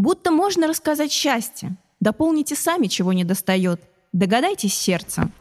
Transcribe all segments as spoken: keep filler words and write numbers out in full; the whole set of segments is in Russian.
Будто можно рассказать счастье. Дополните сами, чего недостает. Догадайтесь сердцем.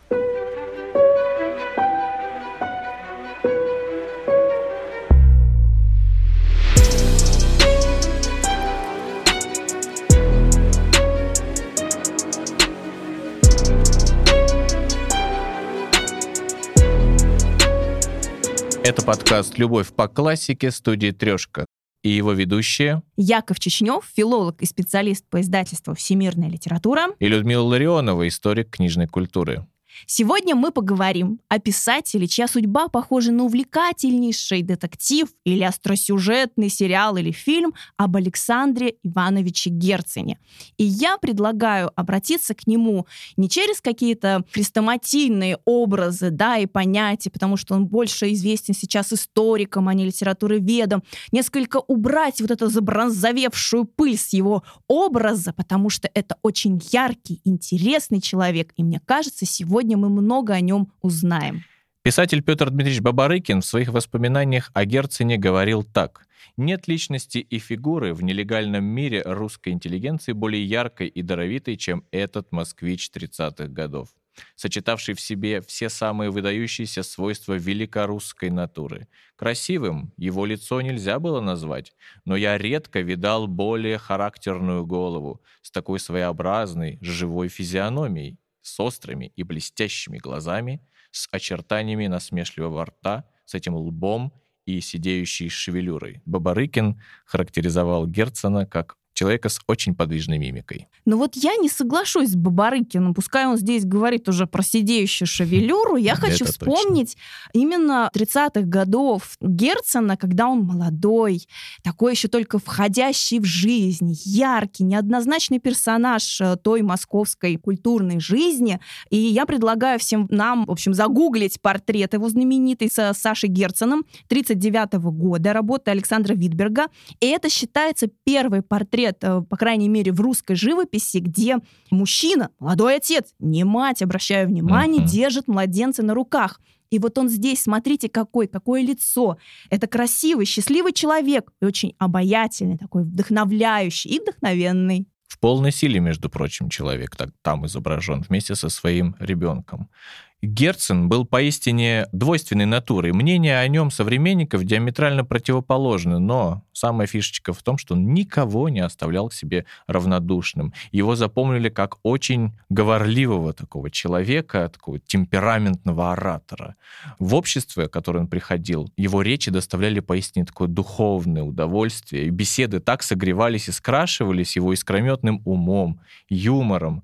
Это подкаст «Любовь по классике» студии «Трешка». И его ведущие Яков Чечнев, филолог и специалист по издательству «Всемирная литература». И Людмила Ларионова, историк книжной культуры. Сегодня мы поговорим о писателе, чья судьба похожа на увлекательнейший детектив или остросюжетный сериал или фильм об Александре Ивановиче Герцене. И я предлагаю обратиться к нему не через какие-то хрестоматийные образы, да, и понятия, потому что он больше известен сейчас историкам, а не литературоведам, несколько убрать вот эту забронзовевшую пыль с его образа, потому что это очень яркий, интересный человек, и мне кажется, сегодня Сегодня мы много о нем узнаем. Писатель Петр Дмитриевич Бабарыкин в своих воспоминаниях о Герцене говорил так. «Нет личности и фигуры в нелегальном мире русской интеллигенции более яркой и даровитой, чем этот москвич тридцатых годов, сочетавший в себе все самые выдающиеся свойства великорусской натуры. Красивым его лицо нельзя было назвать, но я редко видал более характерную голову с такой своеобразной, живой физиономией, с острыми и блестящими глазами, с очертаниями насмешливого рта, с этим лбом и сидеющей шевелюрой». Бабарыкин характеризовал Герцена как человека с очень подвижной мимикой. Но вот я не соглашусь с Бабарыкиным. Пускай он здесь говорит уже про сидеющую шевелюру. Я хочу Это вспомнить точно. Именно тридцатых годов Герцена, когда он молодой, такой еще только входящий в жизнь, яркий, неоднозначный персонаж той московской культурной жизни. И я предлагаю всем нам, в общем, загуглить портрет его знаменитый с Сашей Герценом тридцать девятого года, работы Александра Витберга. И это считается первый портрет, по крайней мере, в русской живописи, где мужчина, молодой отец, не мать, обращаю внимание, uh-huh. держит младенца на руках. И вот он здесь, смотрите, какой, какое лицо. Это красивый, счастливый человек, и очень обаятельный, такой вдохновляющий и вдохновенный. В полной силе, между прочим, человек так, там изображен вместе со своим ребенком. Герцен был поистине двойственной натурой. Мнения о нем современников диаметрально противоположны, но самая фишечка в том, что он никого не оставлял к себе равнодушным. Его запомнили как очень говорливого такого человека, такого темпераментного оратора. В обществе, в которое он приходил, его речи доставляли поистине такое духовное удовольствие. И беседы так согревались и скрашивались его искрометным умом, юмором,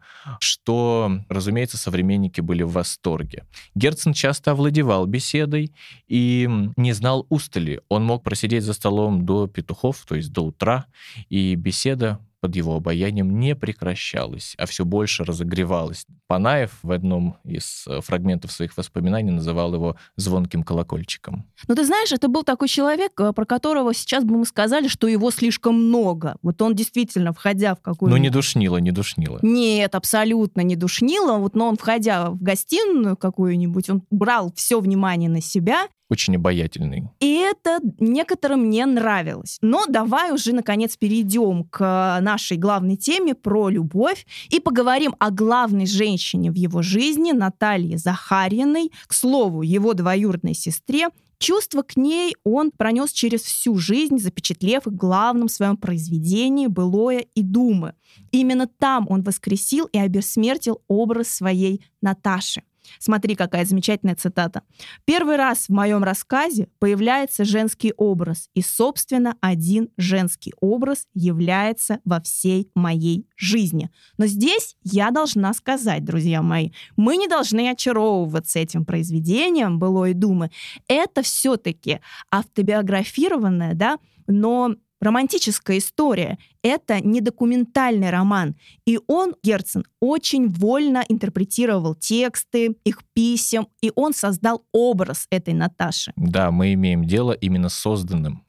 что, разумеется, современники были в восторге. Герцен часто овладевал беседой и не знал устали. Он мог просидеть за столом до петухов, то есть до утра, и беседа под его обаянием не прекращалась, а все больше разогревалась. Панаев в одном из фрагментов своих воспоминаний называл его «звонким колокольчиком». Ну, ты знаешь, это был такой человек, про которого сейчас бы мы сказали, что его слишком много. Вот он действительно, входя в какую-нибудь... Ну, не душнило, не душнило. Нет, абсолютно не душнило. Вот, но он, входя в гостиную какую-нибудь, он брал все внимание на себя. Очень обаятельный. И это некоторым не нравилось. Но давай уже, наконец, перейдем к нашей главной теме про любовь и поговорим о главной женщине в его жизни, Наталье Захарьиной, к слову, его двоюродной сестре. Чувство к ней он пронес через всю жизнь, запечатлев их в главном своем произведении «Былое и думы». Именно там он воскресил и обессмертил образ своей Наташи. Смотри, какая замечательная цитата. «Первый раз в моем рассказе появляется женский образ, и, собственно, один женский образ является во всей моей жизни». Но здесь я должна сказать, друзья мои, мы не должны очаровываться этим произведением «Былое и думы». Это все-таки автобиографированное, да, но романтическая история. Это не документальный роман. И он, Герцен, очень вольно интерпретировал тексты, их писем, и он создал образ этой Наташи. Да, мы имеем дело именно с созданным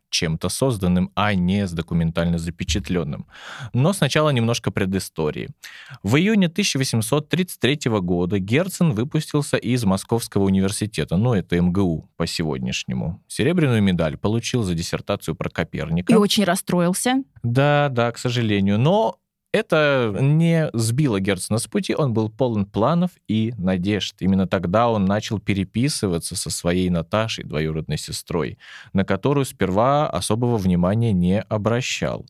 чем-то созданным, а не с документально запечатленным. Но сначала немножко предыстории. В июне тысяча восемьсот тридцать третьего года Герцен выпустился из Московского университета, ну, это эм гэ у по сегодняшнему. Серебряную медаль получил за диссертацию про Коперника. И очень расстроился. Да, да, к сожалению. Но это не сбило Герцена с пути, он был полон планов и надежд. Именно тогда он начал переписываться со своей Наташей, двоюродной сестрой, на которую сперва особого внимания не обращал.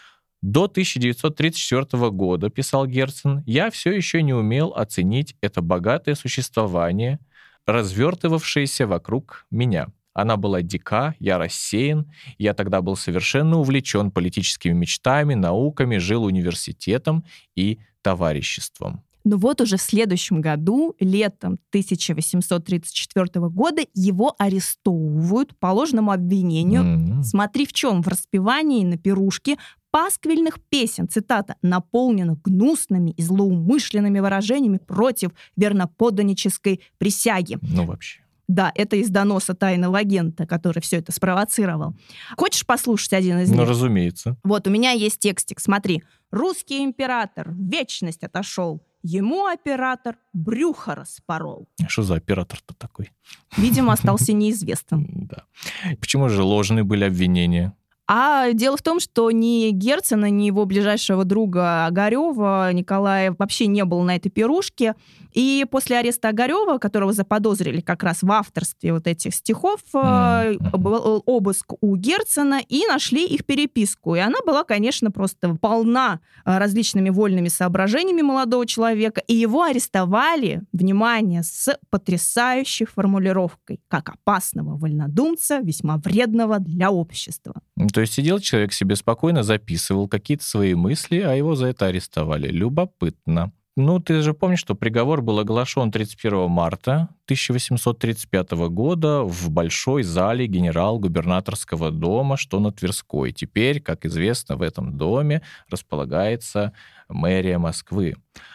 До тысяча девятьсот тридцать четвёртого года, писал Герцен, я все еще не умел оценить это богатое существование, развертывавшееся вокруг меня. Она была дика, я рассеян, я тогда был совершенно увлечен политическими мечтами, науками, жил университетом и товариществом. Но вот уже в следующем году, летом тысяча восемьсот тридцать четвёртого года, его арестовывают по ложному обвинению. Mm-hmm. Смотри в чем? В распевании на пирушке пасквильных песен, цитата, наполненных гнусными и злоумышленными выражениями против верноподданнической присяги. Ну вообще. Да, это из доноса тайного агента, который все это спровоцировал. Хочешь послушать один из них? Ну, разумеется. Вот, у меня есть текстик, смотри. «Русский император в вечность отошел, ему оператор брюхо распорол». Что за оператор-то такой? Видимо, остался неизвестным. Да. Почему же ложные были обвинения? А дело в том, что ни Герцена, ни его ближайшего друга Огарева Николая вообще не было на этой пирушке. И после ареста Огарева, которого заподозрили как раз в авторстве вот этих стихов, mm-hmm. был обыск у Герцена, и нашли их переписку. И она была, конечно, просто полна различными вольными соображениями молодого человека. И его арестовали, внимание, с потрясающей формулировкой, как опасного вольнодумца, весьма вредного для общества. То есть сидел человек себе спокойно, записывал какие-то свои мысли, а его за это арестовали. Любопытно. Ну, ты же помнишь, что приговор был оглашен тридцать первого марта тысяча восемьсот тридцать пятого года в большой зале генерал-губернаторского дома, что на Тверской. Теперь, как известно, в этом доме располагается мэрия Москвы.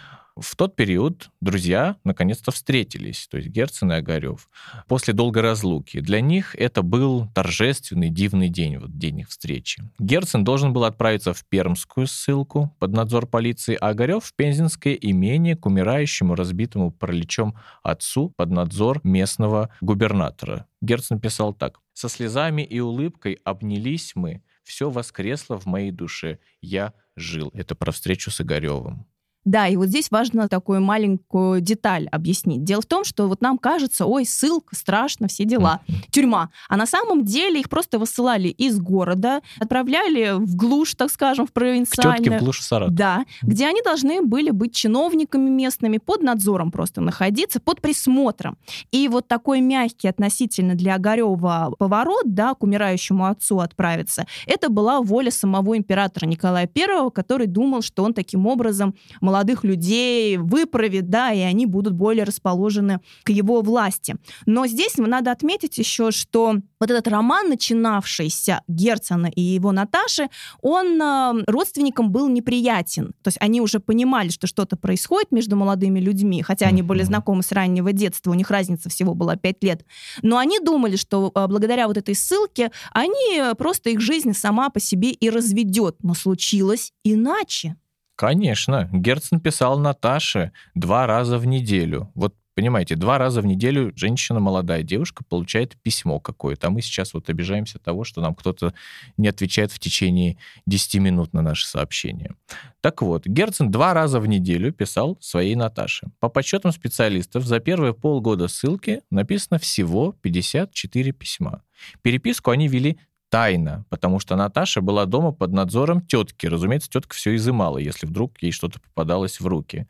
В тот период друзья наконец-то встретились, то есть Герцен и Огарев, после долгой разлуки. Для них это был торжественный, дивный день, вот день их встречи. Герцен должен был отправиться в Пермскую ссылку под надзор полиции, а Огарев в Пензенское имение к умирающему, разбитому параличом отцу под надзор местного губернатора. Герцен писал так. «Со слезами и улыбкой обнялись мы, все воскресло в моей душе, я жил». Это про встречу с Огаревым. Да, и вот здесь важно такую маленькую деталь объяснить. Дело в том, что вот нам кажется, ой, ссылка, страшно, все дела, тюрьма. А на самом деле их просто высылали из города, отправляли в глушь, так скажем, в провинциальную. К тетке в глушь в Саратов. Да, где они должны были быть чиновниками местными, под надзором просто находиться, под присмотром. И вот такой мягкий относительно для Огарева поворот, да, к умирающему отцу отправиться, это была воля самого императора Николая Первого, который думал, что он таким образом молодых людей выправит, да, и они будут более расположены к его власти. Но здесь надо отметить еще, что вот этот роман, начинавшийся Герцена и его Наташи, он э, родственникам был неприятен. То есть они уже понимали, что что-то происходит между молодыми людьми, хотя они были знакомы с раннего детства, у них разница всего была пять лет. Но они думали, что э, благодаря вот этой ссылке они просто их жизнь сама по себе и разведет. Но случилось иначе. Конечно. Герцен писал Наташе два раза в неделю. Вот, понимаете, два раза в неделю женщина, молодая девушка, получает письмо какое-то. А мы сейчас вот обижаемся от того, что нам кто-то не отвечает в течение десяти минут на наши сообщения. Так вот, Герцен два раза в неделю писал своей Наташе. По подсчетам специалистов, за первые полгода ссылки написано всего пятьдесят четыре письма. Переписку они вели тайно, потому что Наташа была дома под надзором тетки. Разумеется, тетка все изымала, если вдруг ей что-то попадалось в руки.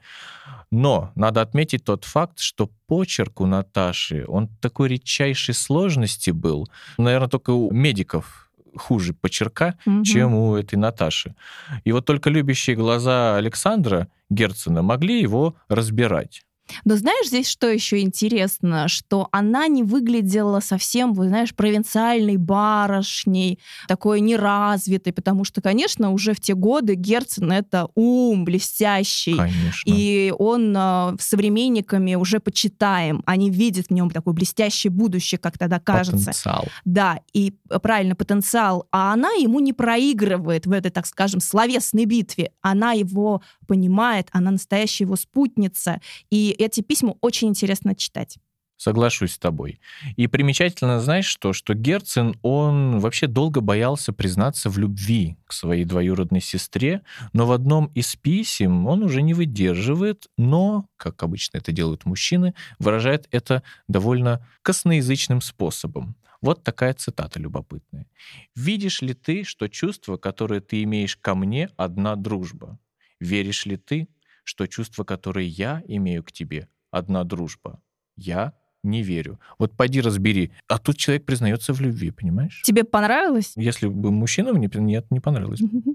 Но надо отметить тот факт, что почерк у Наташи, он такой редчайшей сложности был. Наверное, только у медиков хуже почерка, угу. чем у этой Наташи. И вот только любящие глаза Александра Герцена могли его разбирать. Но знаешь, здесь что еще интересно, что она не выглядела совсем, вы знаешь, провинциальной барышней, такой неразвитой, потому что, конечно, уже в те годы Герцен — это ум блестящий, Конечно. и он э, современниками уже почитаем, они видят в нем такое блестящее будущее, как тогда кажется. Потенциал. Да, и правильно, потенциал. А она ему не проигрывает в этой, так скажем, словесной битве. Она его понимает, она настоящая его спутница. И эти письма очень интересно читать. Соглашусь с тобой. И примечательно, знаешь что, что Герцен, он вообще долго боялся признаться в любви к своей двоюродной сестре, но в одном из писем он уже не выдерживает, но, как обычно это делают мужчины, выражает это довольно косноязычным способом. Вот такая цитата любопытная. «Видишь ли ты, что чувство, которое ты имеешь ко мне, одна дружба? Веришь ли ты, что чувство, которое я имею к тебе, одна дружба? Я не верю». Вот пойди разбери. А тут человек признается в любви, понимаешь? Тебе понравилось? Если бы мужчина, мне нет, не понравилось.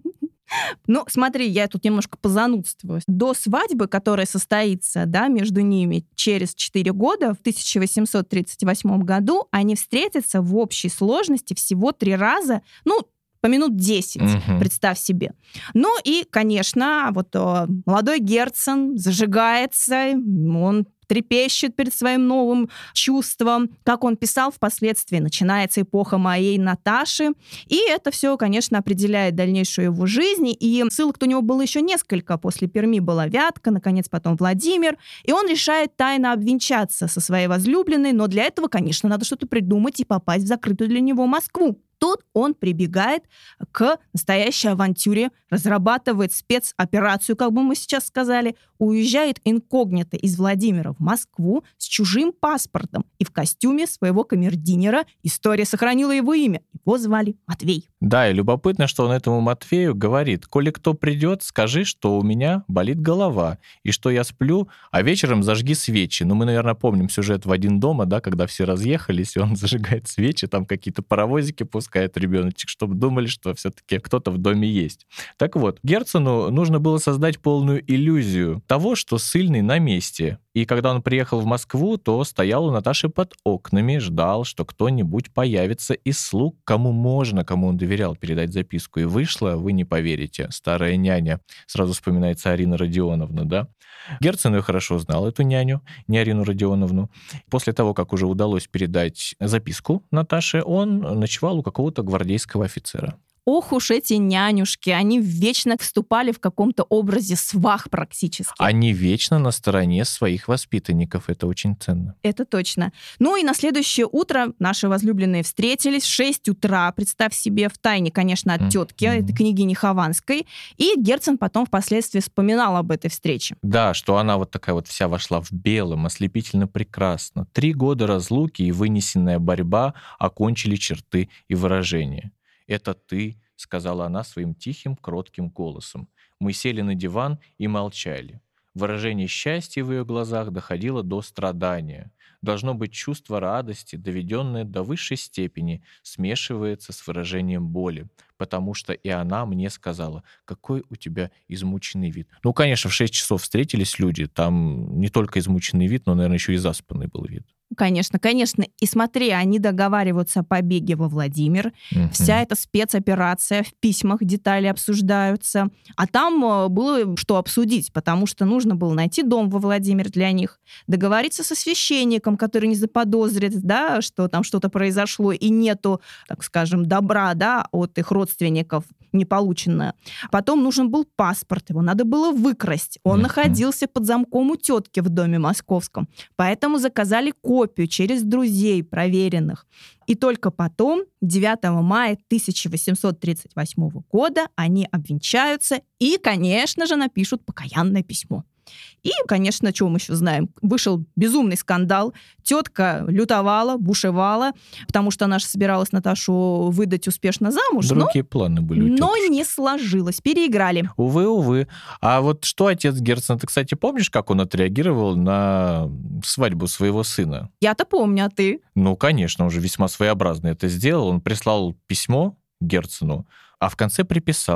Ну, смотри, я тут немножко позанудствую. До свадьбы, которая состоится, да, между ними через четыре года, в тысяча восемьсот тридцать восьмом году, они встретятся в общей сложности всего три раза, ну, по минут десять, Мгм. представь себе. Ну и, конечно, вот о, молодой Герцен зажигается, он трепещет перед своим новым чувством. Как он писал впоследствии, начинается эпоха моей Наташи. И это все, конечно, определяет дальнейшую его жизнь. И ссылок-то у него было еще несколько. После Перми была Вятка, наконец, потом Владимир. И он решает тайно обвенчаться со своей возлюбленной. Но для этого, конечно, надо что-то придумать и попасть в закрытую для него Москву. Тут он прибегает к настоящей авантюре, разрабатывает спецоперацию, как бы мы сейчас сказали, уезжает инкогнито из Владимира в Москву с чужим паспортом и в костюме своего камердинера. История сохранила его имя. Его звали Матвей. Да, и любопытно, что он этому Матвею говорит: «Коли кто придет, скажи, что у меня болит голова, и что я сплю, а вечером зажги свечи». Ну, мы, наверное, помним сюжет в «Один дома», да, когда все разъехались, и он зажигает свечи, там какие-то паровозики пускает ребеночек, чтобы думали, что все-таки кто-то в доме есть. Так вот, Герцену нужно было создать полную иллюзию того, что ссыльный на месте. И когда он приехал в Москву, то стоял у Наташи под окнами, ждал, что кто-нибудь появится из слуг, кому можно, кому он доверял передать записку. И вышла, вы не поверите, старая няня. Сразу вспоминается Арина Родионовна, да? Герцен ее хорошо знал, эту няню, не Арину Родионовну. После того, как уже удалось передать записку Наташе, он ночевал у какого-то гвардейского офицера. Ох уж эти нянюшки, они вечно вступали в каком-то образе свах практически. Они вечно на стороне своих воспитанников, это очень ценно. Это точно. Ну и на следующее утро наши возлюбленные встретились в шесть утра, представь себе, в тайне, конечно, от тетки, Mm-hmm. это княгини Хованской. И Герцен потом впоследствии вспоминал об этой встрече. Да, что она вот такая вот вся вошла в белом, ослепительно прекрасно. Три года разлуки и вынесенная борьба окончили черты и выражения. «Это ты», — сказала она своим тихим, кротким голосом. Мы сели на диван и молчали. Выражение счастья в ее глазах доходило до страдания. Должно быть, чувство радости, доведенное до высшей степени, смешивается с выражением боли, потому что и она мне сказала: «Какой у тебя измученный вид». Ну, конечно, в шесть часов встретились люди, там не только измученный вид, но, наверное, еще и заспанный был вид. Конечно, конечно. И смотри, они договариваются о побеге во Владимир. Мгм. Вся эта спецоперация, в письмах детали обсуждаются. А там э, было что обсудить, потому что нужно было найти дом во Владимир для них, договориться со священником, который не заподозрит, да, что там что-то произошло и нету, так скажем, добра, да, от их родственников не полученное. Потом нужен был паспорт, его надо было выкрасть. Он Мгм. находился под замком у тетки в доме московском. Поэтому заказали копию через друзей проверенных. И только потом, девятого мая тысяча восемьсот тридцать восьмого года, они обвенчаются и, конечно же, напишут покаянное письмо. И, конечно, что мы еще знаем? Вышел безумный скандал. Тетка лютовала, бушевала, потому что она же собиралась Наташу выдать успешно замуж, но, Другие планы были у но тетушки. не сложилось. Переиграли. Увы, увы. А вот что отец Герцена, ты, кстати, помнишь, как он отреагировал на свадьбу своего сына? Я-то помню, а ты? Ну, конечно, он же весьма своеобразно это сделал. Он прислал письмо Герцену, а в конце приписал: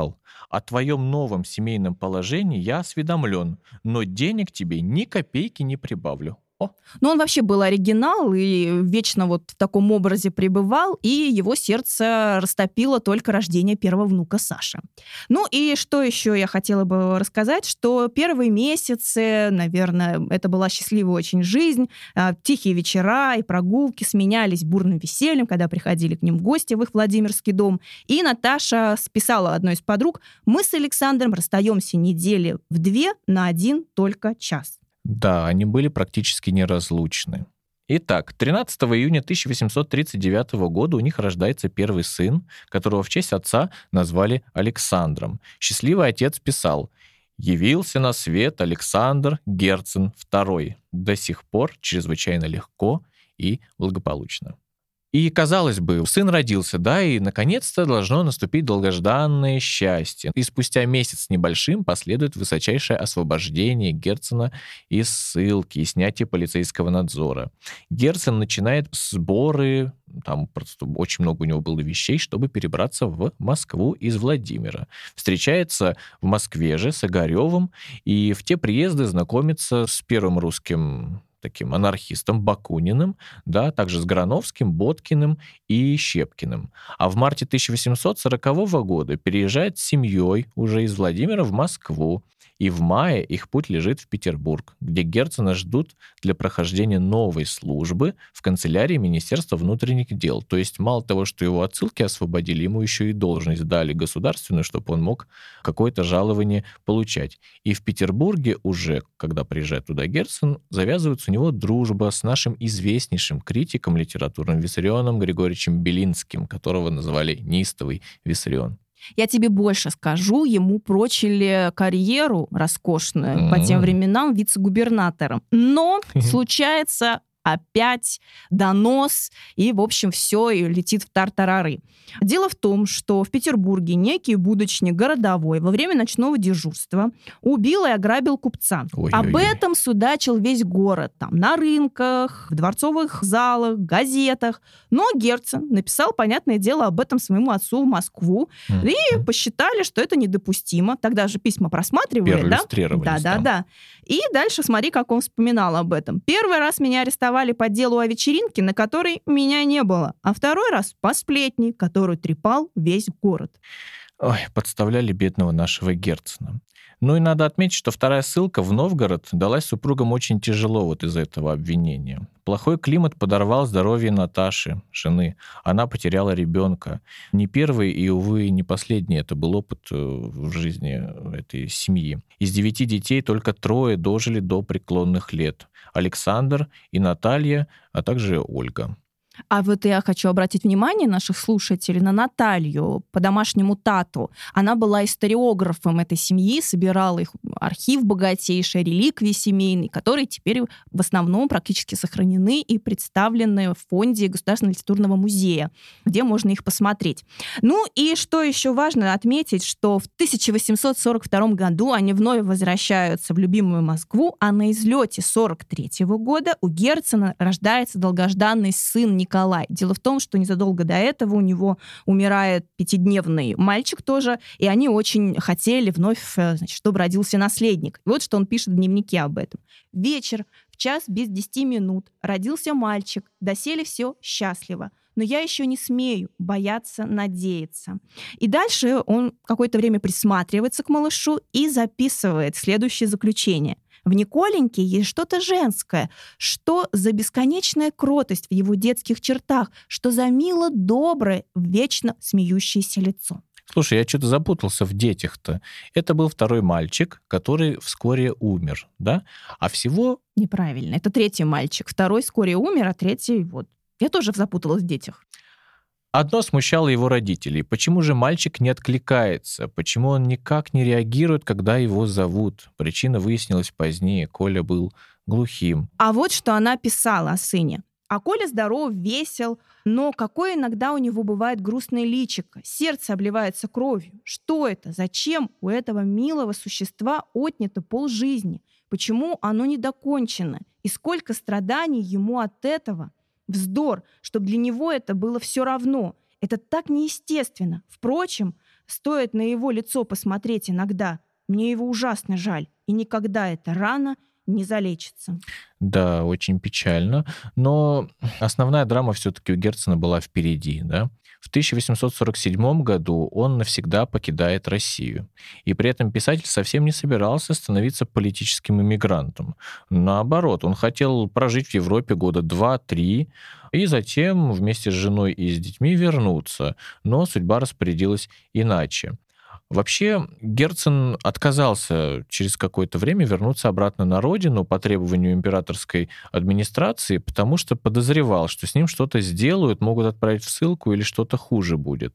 о твоем новом семейном положении я осведомлен, но денег тебе ни копейки не прибавлю». О. Но он вообще был оригинал и вечно вот в таком образе пребывал, и его сердце растопило только рождение первого внука Саши. Ну и что еще я хотела бы рассказать, что первые месяцы, наверное, это была счастливая очень жизнь, тихие вечера и прогулки сменялись бурным весельем, когда приходили к ним гости в их Владимирский дом. И Наташа списала одной из подруг: «Мы с Александром расстаемся недели в две на один только час». Да, они были практически неразлучны. Итак, тринадцатого июня тысяча восемьсот тридцать девятого года у них рождается первый сын, которого в честь отца назвали Александром. Счастливый отец писал: «Явился на свет Александр Герцен второй. До сих пор чрезвычайно легко и благополучно». И, казалось бы, сын родился, да, и наконец-то должно наступить долгожданное счастье. И спустя месяц с небольшим последует высочайшее освобождение Герцена из ссылки и снятие полицейского надзора. Герцен начинает сборы, там просто очень много у него было вещей, чтобы перебраться в Москву из Владимира. Встречается в Москве же с Огаревым, и в те приезды знакомится с первым русским таким анархистом Бакуниным, да, также с Грановским, Боткиным и Щепкиным. А в марте тысяча восемьсот сорокового года переезжает с семьей уже из Владимира в Москву, и в мае их путь лежит в Петербург, где Герцена ждут для прохождения новой службы в канцелярии Министерства внутренних дел. То есть мало того, что его от ссылки освободили, ему еще и должность дали государственную, чтобы он мог какое-то жалование получать. И в Петербурге уже, когда приезжает туда Герцен, завязывается у него дружба с нашим известнейшим критиком литературным Виссарионом Григорьевичем Белинским, которого называли неистовый Виссарион. Я тебе больше скажу, ему прочили карьеру роскошную mm-hmm. по тем временам вице-губернатором. Но случается опять донос, и, в общем, все и летит в тартарары. Дело в том, что в Петербурге некий будочник городовой во время ночного дежурства убил и ограбил купца. Ой-ой-ой. Об этом судачил весь город. Там, на рынках, в дворцовых залах, газетах. Но Герцен написал, понятное дело, об этом своему отцу в Москву. Mm-hmm. И посчитали, что это недопустимо. Тогда же письма просматривали, да? Да, да, да. И дальше смотри, как он вспоминал об этом. Первый раз меня арестовали по делу о вечеринке, на которой меня не было. А второй раз по сплетни, которую трепал весь город. Ой, подставляли бедного нашего Герцена. Ну и надо отметить, что вторая ссылка в Новгород далась супругам очень тяжело вот из-за этого обвинения. Плохой климат подорвал здоровье Наташи, жены. Она потеряла ребенка. Не первый и, увы, не последний это был опыт в жизни этой семьи. Из девяти детей только трое дожили до преклонных лет. Александр и Наталья, а также Ольга. А вот я хочу обратить внимание наших слушателей на Наталью, по-домашнему Тату. Она была историографом этой семьи, собирала их архив богатейший, реликвии семейные, которые теперь в основном практически сохранены и представлены в фонде Государственного литературного музея, где можно их посмотреть. Ну и что еще важно отметить, что в тысяча восемьсот сорок втором году они вновь возвращаются в любимую Москву, а на излете сорок третьего года у Герцена рождается долгожданный сын Николай. Николай. Дело в том, что незадолго до этого у него умирает пятидневный мальчик тоже, и они очень хотели вновь, значит, чтобы родился наследник. И вот что он пишет в дневнике об этом. «Вечер, в час без десяти минут, родился мальчик, доселе все счастливо. Но я еще не смею бояться надеяться». И дальше он какое-то время присматривается к малышу и записывает следующее заключение. В Николеньке есть что-то женское. Что за бесконечная кротость в его детских чертах, что за мило доброе, вечно смеющееся лицо. Слушай, я что-то запутался в детях-то. Это был второй мальчик, который вскоре умер, да? А всего... Неправильно. Это третий мальчик. Второй вскоре умер, а третий вот. Я тоже запуталась в детях. Одно смущало его родителей. Почему же мальчик не откликается? Почему он никак не реагирует, когда его зовут? Причина выяснилась позднее. Коля был глухим. А вот что она писала о сыне. А Коля здоров, весел, но какое иногда у него бывает грустное личико. Сердце обливается кровью. Что это? Зачем у этого милого существа отнято полжизни? Почему оно недокончено? И сколько страданий ему от этого? Вздор, чтобы для него это было все равно. Это так неестественно. Впрочем, Стоит на его лицо посмотреть иногда. Мне его ужасно жаль, и никогда эта рана не залечится». Да, очень печально, но основная драма все-таки у Герцена была впереди, да. В тысяча восемьсот сорок седьмом году он навсегда покидает Россию. И при этом писатель совсем не собирался становиться политическим иммигрантом. Наоборот, он хотел прожить в Европе года два-три и затем вместе с женой и с детьми вернуться. Но судьба распорядилась иначе. Вообще, Герцен отказался через какое-то время вернуться обратно на родину по требованию императорской администрации, потому что подозревал, что с ним что-то сделают, могут отправить в ссылку или что-то хуже будет.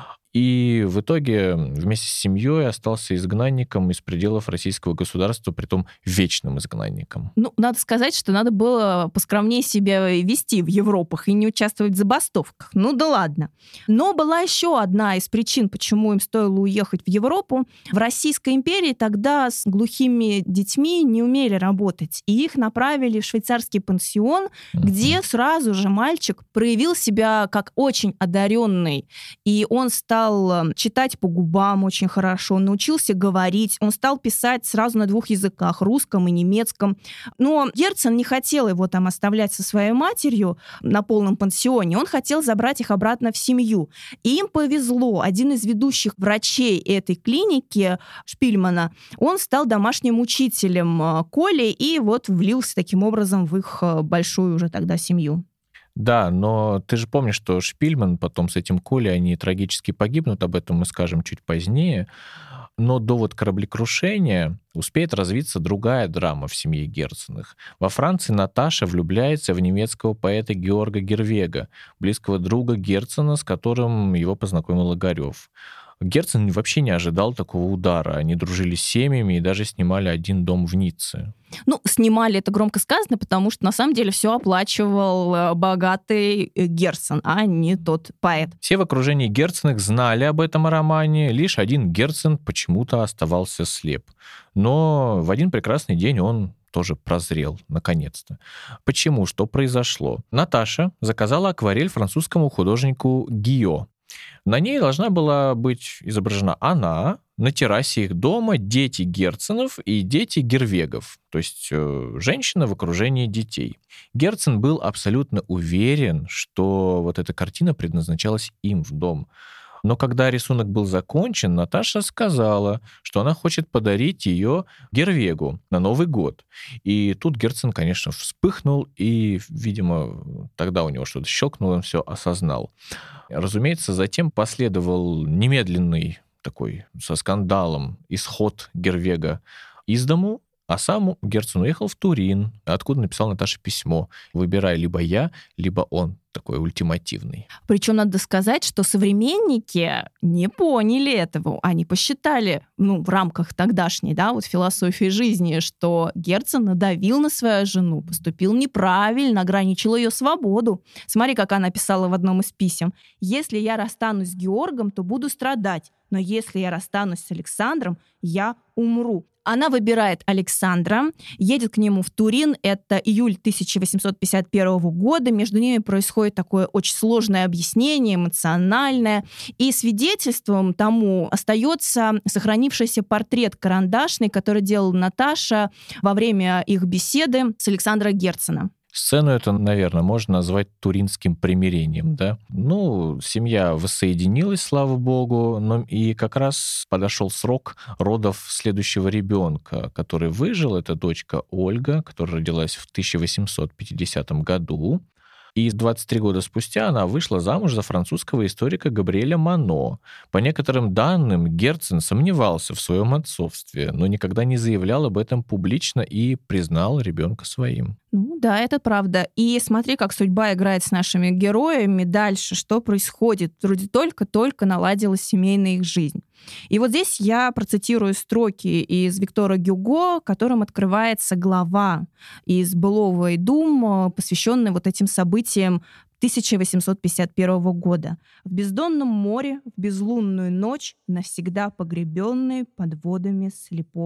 И в итоге вместе с семьей остался изгнанником из пределов российского государства, притом вечным изгнанником. Ну, надо сказать, что надо было поскромнее себя вести в Европах и не участвовать в забастовках. Ну да ладно. Но была еще одна из причин, почему им стоило уехать в Европу. В Российской империи тогда с глухими детьми не умели работать, и их направили в швейцарский пансион, uh-huh. где сразу же мальчик проявил себя как очень одаренный, и он стал читать по губам очень хорошо, он научился говорить, он стал писать сразу на двух языках, русском и немецком. Но Герцен не хотел его там оставлять со своей матерью на полном пансионе, он хотел забрать их обратно в семью. И им повезло. Один из ведущих врачей этой клиники, Шпильмана, он стал домашним учителем Коли и вот влился таким образом в их большую уже тогда семью. Да, но ты же помнишь, что Шпильман потом с этим Колей, они трагически погибнут, об этом мы скажем чуть позднее. Но до вот кораблекрушения успеет развиться другая драма в семье Герценых. Во Франции Наташа влюбляется в немецкого поэта Георга Гервега, близкого друга Герцена, с которым его познакомил Огарёв. Герцен вообще не ожидал такого удара. Они дружили с семьями и даже снимали один дом в Ницце. Ну, снимали, это громко сказано, потому что на самом деле все оплачивал богатый Герцен, а не тот поэт. Все в окружении Герценых знали об этом романе, лишь один Герцен почему-то оставался слеп. Но в один прекрасный день он тоже прозрел, наконец-то. Почему? Что произошло? Наташа заказала акварель французскому художнику Гио. На ней должна была быть изображена она, на террасе их дома дети Герценов и дети Гервегов, то есть э, женщина в окружении детей. Герцен был абсолютно уверен, что вот эта картина предназначалась им в дом. Но когда рисунок был закончен, Наташа сказала, что она хочет подарить ее Гервегу на Новый год. И тут Герцен, конечно, вспыхнул, и, видимо, тогда у него что-то щелкнуло, он все осознал. Разумеется, затем последовал немедленный такой со скандалом исход Гервега из дому, а сам Герцен уехал в Турин, откуда написал Наташе письмо: «Выбирай либо я, либо он», такой ультимативный. Причем надо сказать, что современники не поняли этого. Они посчитали, ну, в рамках тогдашней, да, вот философии жизни, что Герцен надавил на свою жену, поступил неправильно, ограничил ее свободу. Смотри, как она писала в одном из писем: «Если я расстанусь с Георгом, то буду страдать, но если я расстанусь с Александром, я умру». Она выбирает Александра, едет к нему в Турин, это июль тысяча восемьсот пятьдесят первого года, между ними происходит такое очень сложное объяснение, эмоциональное, и свидетельством тому остается сохранившийся портрет карандашный, который делала Наташа во время их беседы с Александром Герценом. Сцену эту, наверное, можно назвать туринским примирением, да? Ну, семья воссоединилась, слава богу, но и как раз подошел срок родов следующего ребенка, который выжил. Это дочка Ольга, которая родилась в тысяча восемьсот пятидесятом году. И двадцать три года спустя она вышла замуж за французского историка Габриэля Мано. По некоторым данным, Герцен сомневался в своем отцовстве, но никогда не заявлял об этом публично и признал ребенка своим. Ну да, это правда. И смотри, как судьба играет с нашими героями дальше, что происходит. Вроде только-только наладилась семейная их жизнь. И вот здесь я процитирую строки из Виктора Гюго, которым открывается глава из «Былого и дум», посвященная вот этим событиям тысяча восемьсот пятьдесят первого года. «В бездонном море, в безлунную ночь, навсегда погребенные под водами слепого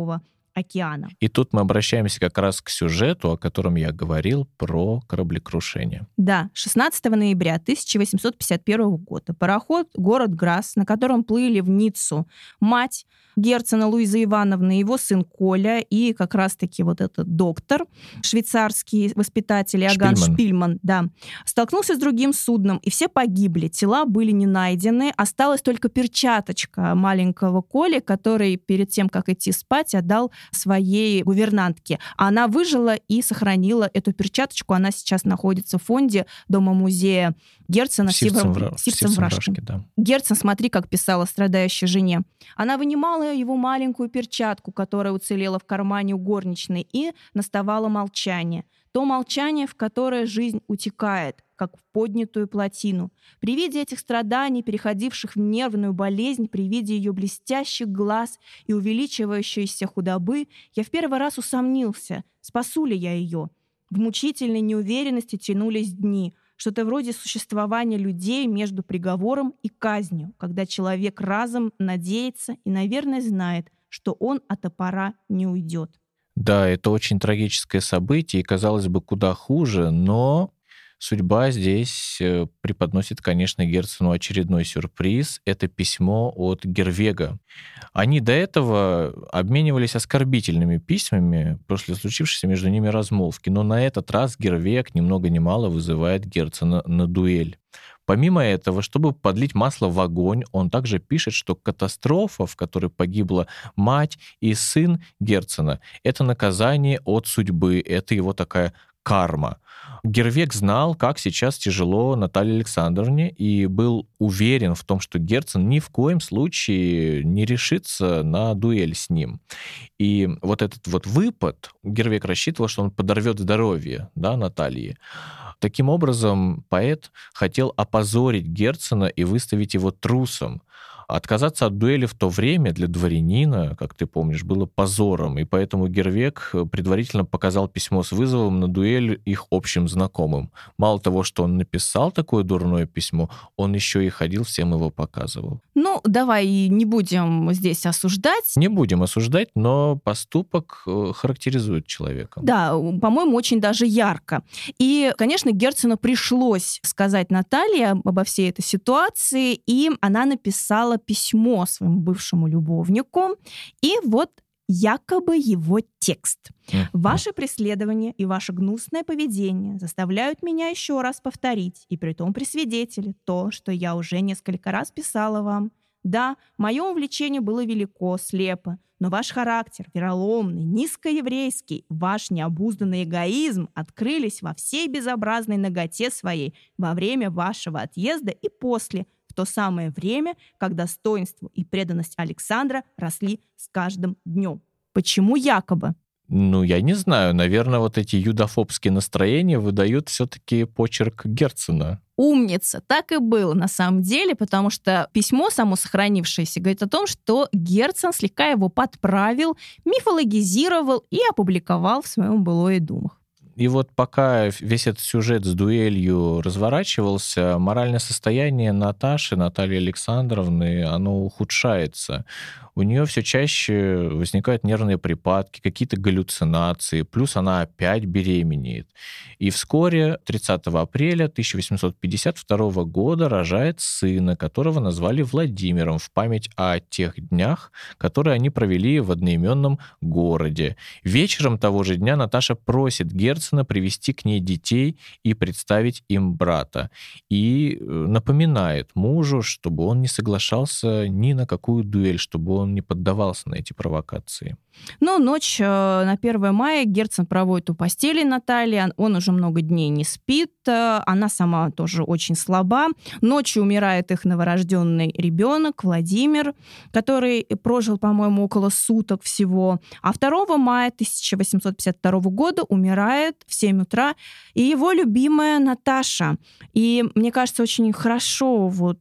океана. И тут мы обращаемся как раз к сюжету, о котором я говорил, про кораблекрушение. Да, шестнадцатого ноября тысяча восемьсот пятьдесят первого года пароход «Город Грасс», на котором плыли в Ниццу мать Герцена Луиза Ивановна, его сын Коля и как раз-таки вот этот доктор, швейцарский воспитатель Иоганн Шпильман. Шпильман, да, столкнулся с другим судном, и все погибли. Тела были не найдены. Осталась только перчаточка маленького Коли, который перед тем, как идти спать, отдал своей гувернантке. А она выжила и сохранила эту перчаточку. Она сейчас находится в фонде Дома-музея Герцена в Сивцем-Вра- в Сивцем-Вражке. Сивцем-Вражке, да. Герцен, смотри, как писала страдающей жене. Она вынимала его маленькую перчатку, которая уцелела в кармане у горничной, и наставало молчание. То молчание, в которое жизнь утекает, как в поднятую плотину. При виде этих страданий, переходивших в нервную болезнь, при виде ее блестящих глаз и увеличивающейся худобы, я в первый раз усомнился, спасу ли я ее. В мучительной неуверенности тянулись дни, что-то вроде существования людей между приговором и казнью, когда человек разом надеется и, наверное, знает, что он от топора не уйдет. Да, это очень трагическое событие, и, казалось бы, куда хуже, но судьба здесь э, преподносит, конечно, Герцену очередной сюрприз. Это письмо от Гервега. Они до этого обменивались оскорбительными письмами после случившейся между ними размолвки, но на этот раз Гервег ни много ни мало вызывает Герцена на дуэль. Помимо этого, чтобы подлить масло в огонь, он также пишет, что катастрофа, в которой погибла мать и сын Герцена, это наказание от судьбы, это его такая карма. Гервег знал, как сейчас тяжело Наталье Александровне, и был уверен в том, что Герцен ни в коем случае не решится на дуэль с ним. И вот этот вот выпад, Гервег рассчитывал, что он подорвет здоровье, да, Натальи. Таким образом, поэт хотел опозорить Герцена и выставить его трусом. Отказаться от дуэли в то время для дворянина, как ты помнишь, было позором, и поэтому Гервег предварительно показал письмо с вызовом на дуэль их общим знакомым. Мало того, что он написал такое дурное письмо, он еще и ходил, всем его показывал. Ну, давай не будем здесь осуждать. Не будем осуждать, но поступок характеризует человека. Да, по-моему, очень даже ярко. И, конечно, Герцену пришлось сказать Наталье обо всей этой ситуации, и она написала письмо своему бывшему любовнику, и вот якобы его текст. Mm-hmm. «Ваши преследования и ваше гнусное поведение заставляют меня еще раз повторить, и притом при свидетеле, то, что я уже несколько раз писала вам. Да, мое увлечение было велико, слепо, но ваш характер, вероломный, низкоеврейский, ваш необузданный эгоизм открылись во всей безобразной наготе своей во время вашего отъезда и после, в то самое время, когда достоинство и преданность Александра росли с каждым днем». Почему якобы? Ну, я не знаю. Наверное, вот эти юдофобские настроения выдают все-таки почерк Герцена. Умница. Так и было на самом деле, потому что письмо, само сохранившееся, говорит о том, что Герцен слегка его подправил, мифологизировал и опубликовал в своем «Былое и думах». И вот пока весь этот сюжет с дуэлью разворачивался, моральное состояние Наташи, Натальи Александровны, оно ухудшается. У нее все чаще возникают нервные припадки, какие-то галлюцинации, плюс она опять беременеет. И вскоре, тридцатого апреля тысяча восемьсот пятьдесят второго года, рожает сына, которого назвали Владимиром в память о тех днях, которые они провели в одноименном городе. Вечером того же дня Наташа просит Герцена привести к ней детей и представить им брата. И напоминает мужу, чтобы он не соглашался ни на какую дуэль, чтобы он не поддавался на эти провокации. Но ночь на первое мая Герцен проводит у постели Натальи, он уже много дней не спит, она сама тоже очень слаба. Ночью умирает их новорожденный ребенок Владимир, который прожил, по-моему, около суток всего. А второго мая тысяча восемьсот пятьдесят второго года умирает в семь утра и его любимая Наташа. И мне кажется, очень хорошо вот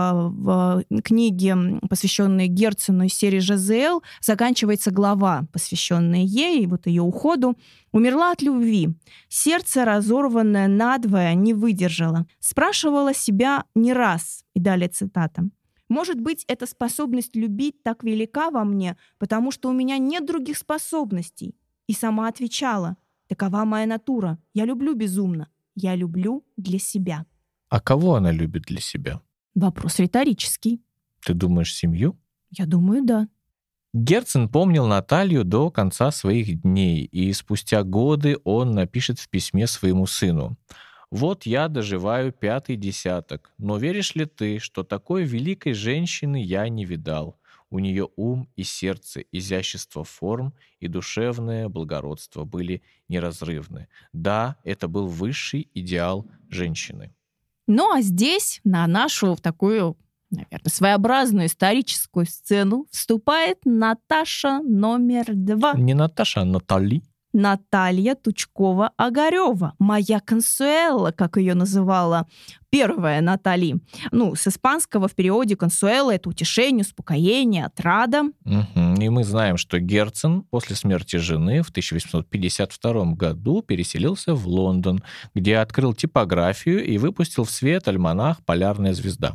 в книге, посвященной Герцену из серии «Жизель», заканчивается глава, посвященная ей и вот ее уходу. «Умерла от любви. Сердце, разорванное надвое, не выдержало. Спрашивала себя не раз». И далее цитата. Может быть, эта способность любить так велика во мне, потому что у меня нет других способностей. И сама отвечала: такова моя натура. Я люблю безумно. Я люблю для себя. А кого она любит для себя? Вопрос риторический. Ты думаешь, семью? Я думаю, да. Герцен помнил Наталью до конца своих дней, и спустя годы он напишет в письме своему сыну: «Вот я доживаю пятый десяток, но веришь ли ты, что такой великой женщины я не видал? У нее ум и сердце, изящество форм и душевное благородство были неразрывны. Да, это был высший идеал женщины». Ну а здесь на нашу такую, наверное, своеобразную историческую сцену вступает Наташа номер два. Не Наташа, а Натали. Наталья Тучкова-Огарева. Моя Консуэла, как ее называла первая Натали. Ну, с испанского в переводе Консуэла — это утешение, успокоение, отрада. Угу. И мы знаем, что Герцен после смерти жены в тысяча восемьсот пятьдесят втором году переселился в Лондон, где открыл типографию и выпустил в свет альманах «Полярная звезда».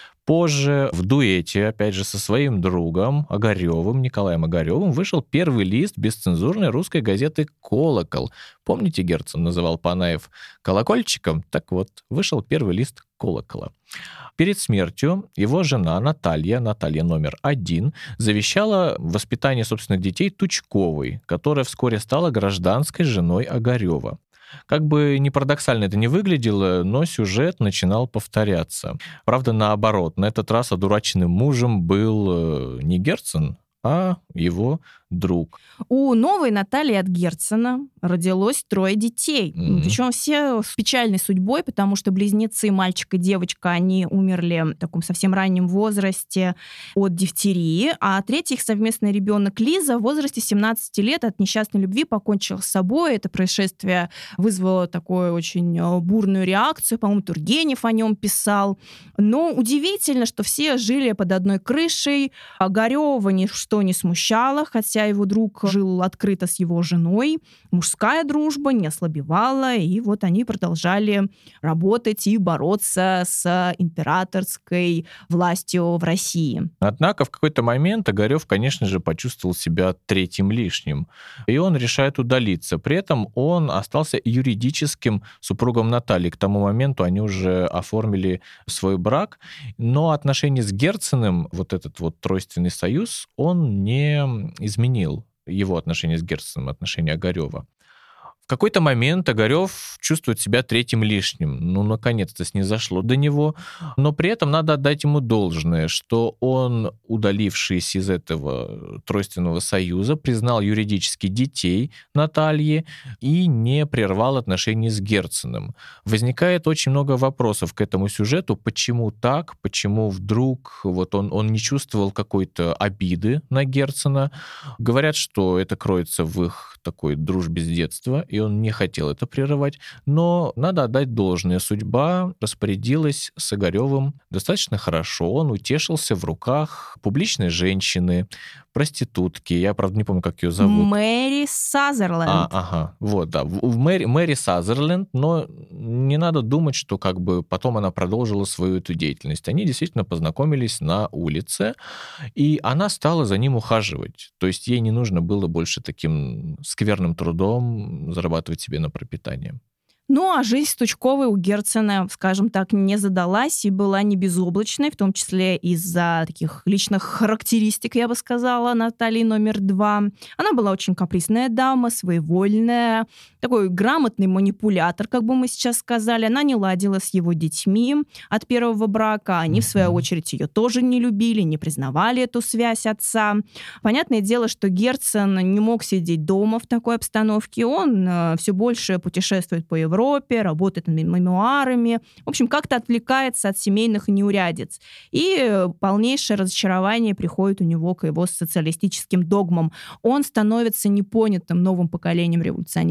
Позже в дуэте, опять же, со своим другом Огаревым, Николаем Огаревым, вышел первый лист бесцензурной русской газеты «Колокол». Помните, Герцен называл Панаев колокольчиком? Так вот, вышел первый лист «Колокола». Перед смертью его жена Наталья, Наталья номер один, завещала воспитание собственных детей Тучковой, которая вскоре стала гражданской женой Огарева. Как бы ни парадоксально это ни выглядело, но сюжет начинал повторяться. Правда, наоборот, на этот раз одураченным мужем был не Герцен, а его друг. У новой Натальи от Герцена родилось трое детей. Mm-hmm. Причем все с печальной судьбой, потому что близнецы, мальчик и девочка, они умерли в таком совсем раннем возрасте от дифтерии, а третий их совместный ребенок Лиза в возрасте семнадцати лет от несчастной любви покончила с собой. Это происшествие вызвало такую очень бурную реакцию. По-моему, Тургенев о нем писал. Но удивительно, что все жили под одной крышей. Огарева ничто не смущало, хотя его друг жил открыто с его женой. Мужская дружба не ослабевала, и вот они продолжали работать и бороться с императорской властью в России. Однако в какой-то момент Огарев, конечно же, почувствовал себя третьим лишним, и он решает удалиться. При этом он остался юридическим супругом Натальи. К тому моменту они уже оформили свой брак, но отношения с Герценом, вот этот вот тройственный союз, он не изменил его отношения с Герценом, отношения Огарева. В какой-то момент Огарев чувствует себя третьим лишним. Ну, наконец-то снизошло до него. Но при этом надо отдать ему должное, что он, удалившись из этого тройственного союза, признал юридически детей Натальи и не прервал отношения с Герценом. Возникает очень много вопросов к этому сюжету. Почему так? Почему вдруг вот он, он не чувствовал какой-то обиды на Герцена? Говорят, что это кроется в их такой дружбе с детства, и он не хотел это прерывать, но надо отдать должное. Судьба распорядилась с Огаревым достаточно хорошо. Он утешился в руках публичной женщины, проститутки. Я, правда, не помню, как ее зовут. Мэри Сазерленд. А, ага, вот, да. В Мэри, Мэри Сазерленд, но не надо думать, что как бы потом она продолжила свою эту деятельность. Они действительно познакомились на улице, и она стала за ним ухаживать. То есть ей не нужно было больше таким скверным трудом зарабатывать себе на пропитание. Ну, а жизнь с Тучковой у Герцена, скажем так, не задалась и была не безоблачной, в том числе из-за таких личных характеристик, я бы сказала, Натальи номер два. Она была очень капризная дама, своевольная, такой грамотный манипулятор, как бы мы сейчас сказали. Она не ладила с его детьми от первого брака. Они, в свою очередь, ее тоже не любили, не признавали эту связь отца. Понятное дело, что Герцен не мог сидеть дома в такой обстановке. Он э, все больше путешествует по Европе, Европе, работает над мемуарами. В общем, как-то отвлекается от семейных неурядиц. И полнейшее разочарование приходит у него к его социалистическим догмам. Он становится непонятым новым поколением революционеров.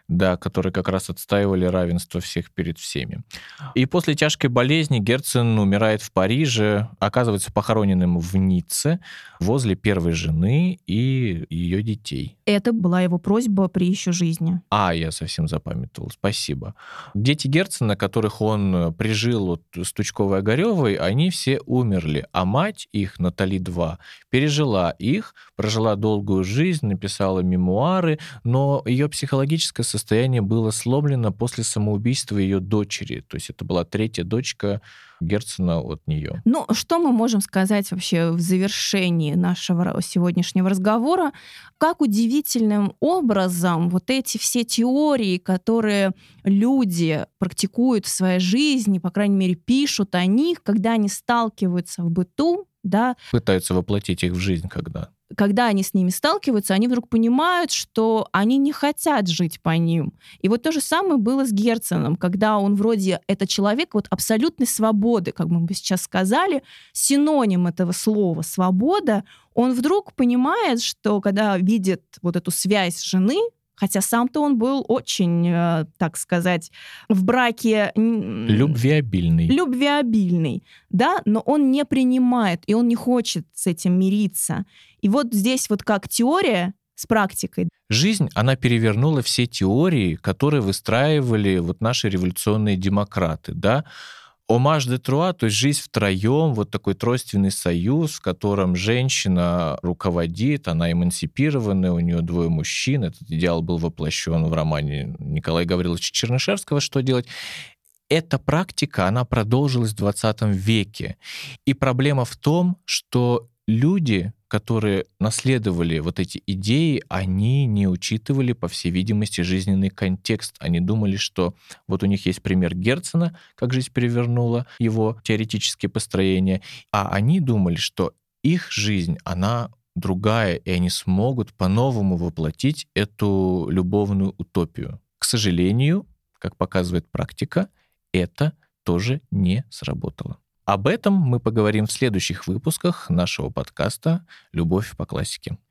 да, которые как раз отстаивали равенство всех перед всеми. И после тяжкой болезни Герцен умирает в Париже, оказывается похороненным в Ницце возле первой жены и ее детей. Это была его просьба при еще жизни. А, я совсем запамятовал, спасибо. Дети Герцена, которых он прижил от Стучковой-Огаревой, они все умерли, а мать их, Натали-два, пережила их, прожила долгую жизнь, написала мемуары, но ее психологическое состояние было сломлено после самоубийства ее дочери. То есть это была третья дочка Герцена от нее. Ну, что мы можем сказать вообще в завершении нашего сегодняшнего разговора? Как удивительным образом вот эти все теории, которые люди практикуют в своей жизни, по крайней мере, пишут о них, когда они сталкиваются в быту, да, Пытаются воплотить их в жизнь когда. когда они с ними сталкиваются, они вдруг понимают, что они не хотят жить по ним. И вот то же самое было с Герценом, когда он вроде это человек вот абсолютной свободы, как мы бы сейчас сказали, синоним этого слова «свобода», он вдруг понимает, что когда видит вот эту связь жены, хотя сам-то он был очень, э, так сказать, в браке... Любвеобильный. Любвеобильный, да, но он не принимает, и он не хочет с этим мириться. И вот здесь вот как теория с практикой. Жизнь, она перевернула все теории, которые выстраивали вот наши революционные демократы, да. Омаж де труа, то есть жизнь втроем, вот такой тройственный союз, в котором женщина руководит, она эмансипированная, у нее двое мужчин. Этот идеал был воплощен в романе Николая Гавриловича Чернышевского «Что делать?». Эта практика, она продолжилась в двадцатом веке. И проблема в том, что люди, которые наследовали вот эти идеи, они не учитывали, по всей видимости, жизненный контекст. Они думали, что вот у них есть пример Герцена, как жизнь перевернула его теоретические построения, а они думали, что их жизнь, она другая, и они смогут по-новому воплотить эту любовную утопию. К сожалению, как показывает практика, это тоже не сработало. Об этом мы поговорим в следующих выпусках нашего подкаста «Любовь по классике».